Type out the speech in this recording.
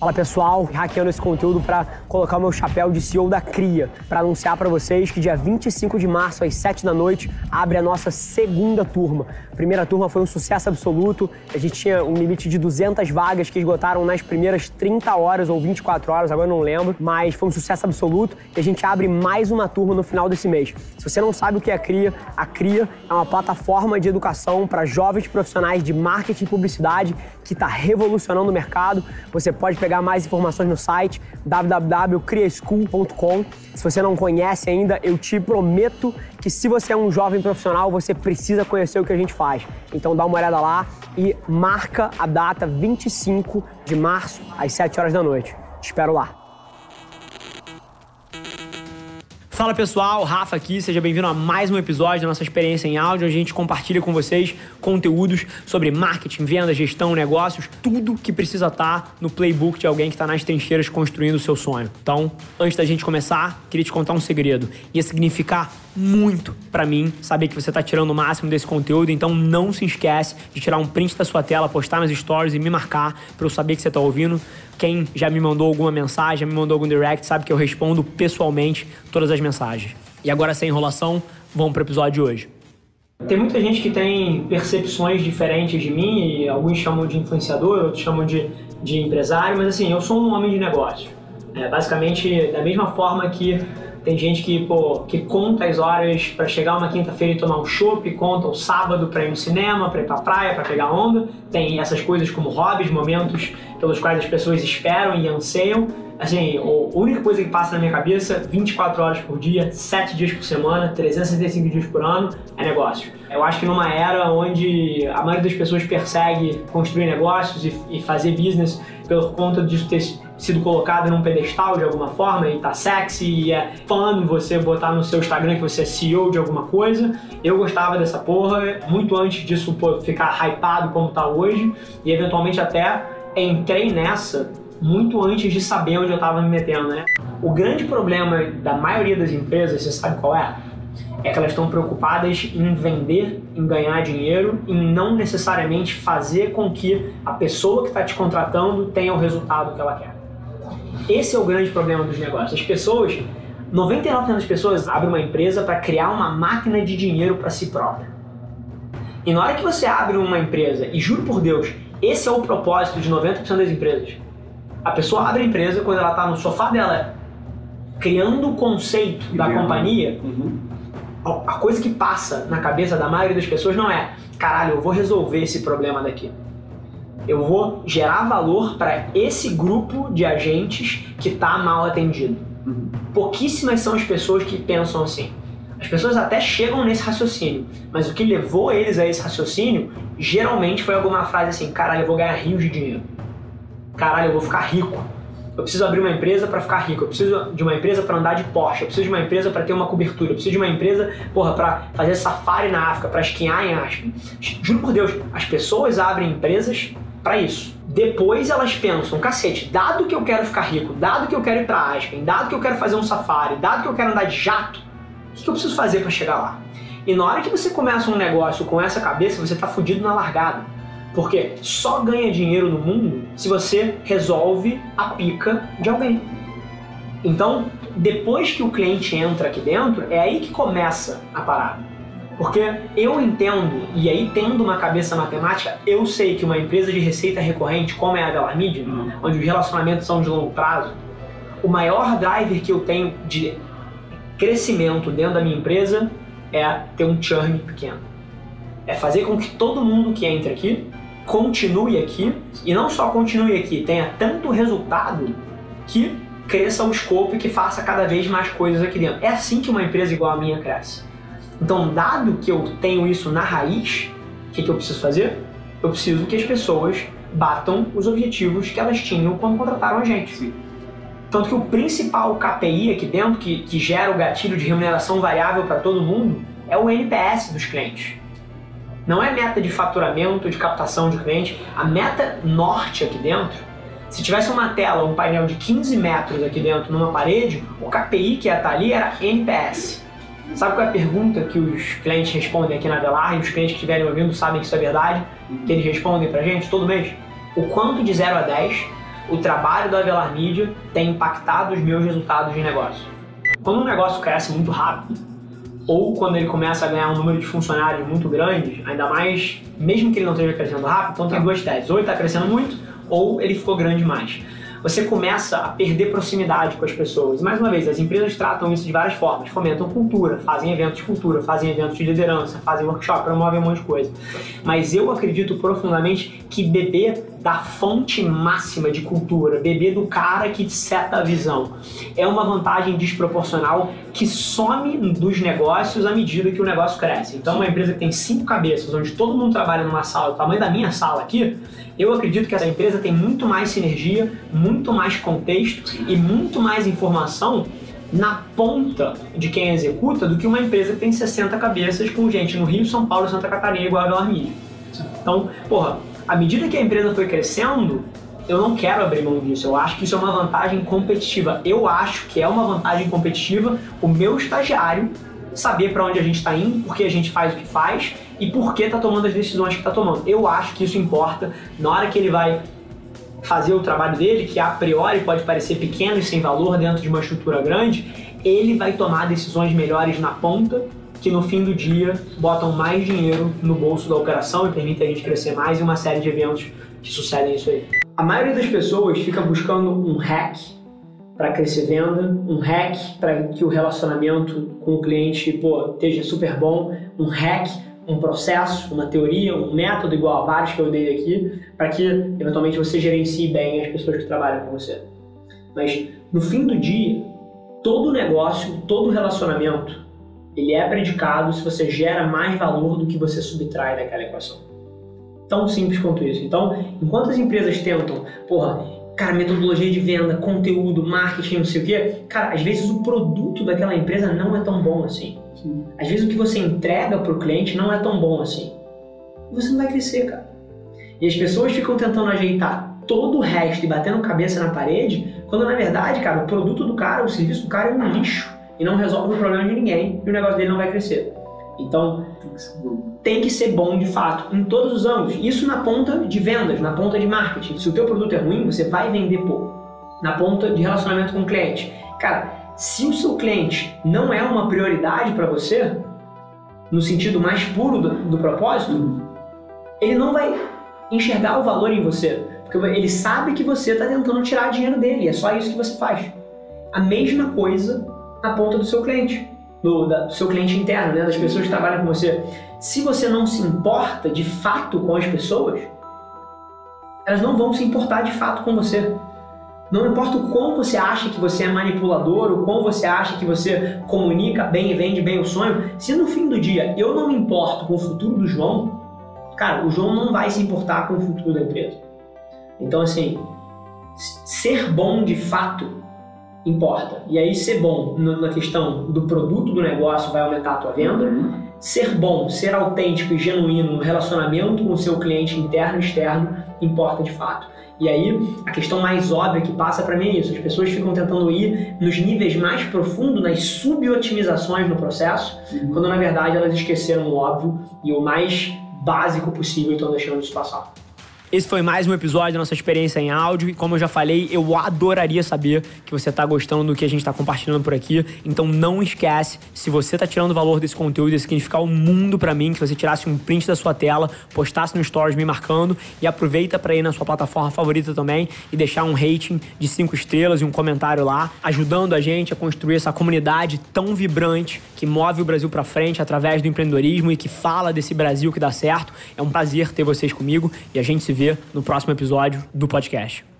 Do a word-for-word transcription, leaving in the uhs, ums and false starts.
Fala pessoal, hackeando esse conteúdo para colocar o meu chapéu de C E O da Cria, para anunciar para vocês que dia vinte e cinco de março às sete da noite abre a nossa segunda turma. A primeira turma foi um sucesso absoluto, a gente tinha um limite de duzentas vagas que esgotaram nas primeiras trinta horas ou vinte e quatro horas, agora eu não lembro, mas foi um sucesso absoluto e a gente abre mais uma turma no final desse mês. Se você não sabe o que é a Cria, a Cria é uma plataforma de educação para jovens profissionais de marketing e publicidade que está revolucionando o mercado. Você pode pegar mais informações no site w w w ponto cria school ponto com. Se você não conhece ainda, eu te prometo que se você é um jovem profissional, você precisa conhecer o que a gente faz. Então dá uma olhada lá e marca a data vinte e cinco de março às sete horas da noite. Te espero lá. Fala pessoal, Rafa aqui, seja bem-vindo a mais um episódio da nossa experiência em áudio, onde a gente compartilha com vocês conteúdos sobre marketing, venda, gestão, negócios, tudo que precisa estar no playbook de alguém que está nas trincheiras construindo o seu sonho. Então, antes da gente começar, queria te contar um segredo. Ia significar muito pra mim saber que você tá tirando o máximo desse conteúdo, então não se esquece de tirar um print da sua tela, postar nas stories e me marcar pra eu saber que você tá ouvindo. Quem já me mandou alguma mensagem, já me mandou algum direct, sabe que eu respondo pessoalmente todas as mensagens. E agora, sem enrolação, vamos pro episódio de hoje. Tem muita gente que tem percepções diferentes de mim, e alguns chamam de influenciador, outros chamam de, de empresário, mas assim, eu sou um homem de negócio. É, basicamente, da mesma forma que tem gente que, pô, que conta as horas para chegar uma quinta-feira e tomar um chopp, conta o sábado para ir no cinema, para ir pra praia, para pegar onda. Tem essas coisas como hobbies, momentos pelos quais as pessoas esperam e anseiam. Assim, a única coisa que passa na minha cabeça, vinte e quatro horas por dia, sete dias por semana, trezentos e sessenta e cinco dias por ano, é negócio. Eu acho que numa era onde a maioria das pessoas persegue construir negócios e, e fazer business por conta disso ter sido colocado num pedestal de alguma forma e tá sexy e é fun você botar no seu Instagram que você é C E O de alguma coisa. Eu gostava dessa porra muito antes disso pô, ficar hypado como tá hoje e eventualmente até entrei nessa muito antes de saber onde eu tava me metendo, né? O grande problema da maioria das empresas, você sabe qual é? É que elas estão preocupadas em vender, em ganhar dinheiro, em não necessariamente fazer com que a pessoa que está te contratando tenha o resultado que ela quer. Esse é o grande problema dos negócios. As pessoas, noventa e nove por cento das pessoas abrem uma empresa para criar uma máquina de dinheiro para si própria. E na hora que você abre uma empresa, e juro por Deus, esse é o propósito de noventa por cento das empresas. A pessoa abre a empresa quando ela está no sofá dela, criando o conceito da companhia. Uhum. A coisa que passa na cabeça da maioria das pessoas não é, caralho, eu vou resolver esse problema daqui. Eu vou gerar valor para esse grupo de agentes que está mal atendido. Uhum. Pouquíssimas são as pessoas que pensam assim. As pessoas até chegam nesse raciocínio, mas o que levou eles a esse raciocínio geralmente foi alguma frase assim, caralho, eu vou ganhar rios de dinheiro. Caralho, eu vou ficar rico. Eu preciso abrir uma empresa para ficar rico, eu preciso de uma empresa para andar de Porsche, eu preciso de uma empresa para ter uma cobertura, eu preciso de uma empresa, porra, para fazer safari na África, para esquiar em Aspen. Juro por Deus, as pessoas abrem empresas para isso. Depois elas pensam, cacete, dado que eu quero ficar rico, dado que eu quero ir para Aspen, dado que eu quero fazer um safari, dado que eu quero andar de jato, o que eu preciso fazer para chegar lá? E na hora que você começa um negócio com essa cabeça, você tá fudido na largada. Porque só ganha dinheiro no mundo se você resolve a pica de alguém. Então, depois que o cliente entra aqui dentro, é aí que começa a parada. Porque eu entendo, e aí tendo uma cabeça matemática, eu sei que uma empresa de receita recorrente, como é a Velar Mídia, uhum. onde os relacionamentos são de longo prazo, o maior driver que eu tenho de crescimento dentro da minha empresa é ter um churn pequeno. É fazer com que todo mundo que entra aqui continue aqui, e não só continue aqui, tenha tanto resultado que cresça o escopo e que faça cada vez mais coisas aqui dentro. É assim que uma empresa igual a minha cresce. Então, dado que eu tenho isso na raiz, o que, que eu preciso fazer? Eu preciso que as pessoas batam os objetivos que elas tinham quando contrataram a gente. Sim. Tanto que o principal K P I aqui dentro, que, que gera o gatilho de remuneração variável para todo mundo, é o N P S dos clientes. Não é meta de faturamento, de captação de cliente. A meta norte aqui dentro, se tivesse uma tela, um painel de quinze metros aqui dentro numa parede, o K P I que ia estar ali era N P S. Sabe qual é a pergunta que os clientes respondem aqui na Velar, e os clientes que estiverem ouvindo sabem que isso é verdade, que eles respondem pra gente todo mês? O quanto de zero a dez o trabalho da Avelar Mídia tem impactado os meus resultados de negócio? Quando um negócio cresce muito rápido, ou quando ele começa a ganhar um número de funcionários muito grande, ainda mais, mesmo que ele não esteja crescendo rápido, então tem duas teses. Ou ele está crescendo muito, ou ele ficou grande demais. Você começa a perder proximidade com as pessoas. E mais uma vez, as empresas tratam isso de várias formas. Fomentam cultura, fazem eventos de cultura, fazem eventos de liderança, fazem workshop, promovem um monte de coisa. Mas eu acredito profundamente que beber da fonte máxima de cultura, beber do cara que seta a visão, é uma vantagem desproporcional que some dos negócios à medida que o negócio cresce. Então, uma empresa que tem cinco cabeças, onde todo mundo trabalha numa sala, do tamanho da minha sala aqui, eu acredito que essa empresa tem muito mais sinergia, muito mais contexto e muito mais informação na ponta de quem executa do que uma empresa que tem sessenta cabeças com gente no Rio, São Paulo, Santa Catarina igual a Avelar Mídia. Então, porra, à medida que a empresa foi crescendo, eu não quero abrir mão disso. Eu acho que isso é uma vantagem competitiva. Eu acho que é uma vantagem competitiva o meu estagiário saber para onde a gente está indo, por que a gente faz o que faz e por que está tomando as decisões que está tomando. Eu acho que isso importa na hora que ele vai fazer o trabalho dele, que a priori pode parecer pequeno e sem valor dentro de uma estrutura grande, ele vai tomar decisões melhores na ponta, que no fim do dia botam mais dinheiro no bolso da operação e permitem a gente crescer mais e uma série de eventos que sucedem isso aí. A maioria das pessoas fica buscando um hack para crescer venda, um hack para que o relacionamento com o cliente pô, esteja super bom, um hack, um processo, uma teoria, um método igual a vários que eu dei aqui, para que eventualmente você gerencie bem as pessoas que trabalham com você. Mas no fim do dia, todo negócio, todo relacionamento, ele é predicado se você gera mais valor do que você subtrai daquela equação. Tão simples quanto isso. Então, enquanto as empresas tentam, porra, cara, metodologia de venda, conteúdo, marketing, não sei o quê, cara, às vezes o produto daquela empresa não é tão bom assim. Sim. Às vezes o que você entrega pro cliente não é tão bom assim. E você não vai crescer, cara. E as pessoas ficam tentando ajeitar todo o resto e batendo cabeça na parede, quando na verdade, cara, o produto do cara, o serviço do cara é um lixo e não resolve o problema de ninguém e o negócio dele não vai crescer. Então, tem que ser bom de fato, em todos os âmbitos. Isso na ponta de vendas, na ponta de marketing. Se o teu produto é ruim, você vai vender pouco. Na ponta de relacionamento com o cliente. Cara, se o seu cliente não é uma prioridade para você, no sentido mais puro do, do propósito, ele não vai enxergar o valor em você. Porque ele sabe que você está tentando tirar dinheiro dele. É só isso que você faz. A mesma coisa na ponta do seu cliente. Do, da, do seu cliente interno, né, das pessoas que trabalham com você. Se você não se importa de fato com as pessoas, elas não vão se importar de fato com você. Não importa o quão você acha que você é manipulador, o quão você acha que você comunica bem e vende bem o sonho, se no fim do dia eu não me importo com o futuro do João, cara, o João não vai se importar com o futuro da empresa. Então, assim, ser bom de fato importa. E aí ser bom na questão do produto do negócio vai aumentar a tua venda. Uhum. Ser bom, ser autêntico e genuíno no relacionamento com o seu cliente interno e externo importa de fato. E aí a questão mais óbvia que passa para mim é isso. As pessoas ficam tentando ir nos níveis mais profundos, nas sub-otimizações no processo, uhum. quando na verdade elas esqueceram o óbvio e o mais básico possível e estão deixando isso passar. Esse foi mais um episódio da nossa experiência em áudio e como eu já falei, eu adoraria saber que você está gostando do que a gente está compartilhando por aqui. Então não esquece, se você está tirando valor desse conteúdo, isso significar o mundo para mim, que você tirasse um print da sua tela, postasse no Stories me marcando e aproveita para ir na sua plataforma favorita também e deixar um rating de cinco estrelas e um comentário lá, ajudando a gente a construir essa comunidade tão vibrante que move o Brasil para frente através do empreendedorismo e que fala desse Brasil que dá certo. É um prazer ter vocês comigo e a gente se vê no próximo episódio do podcast.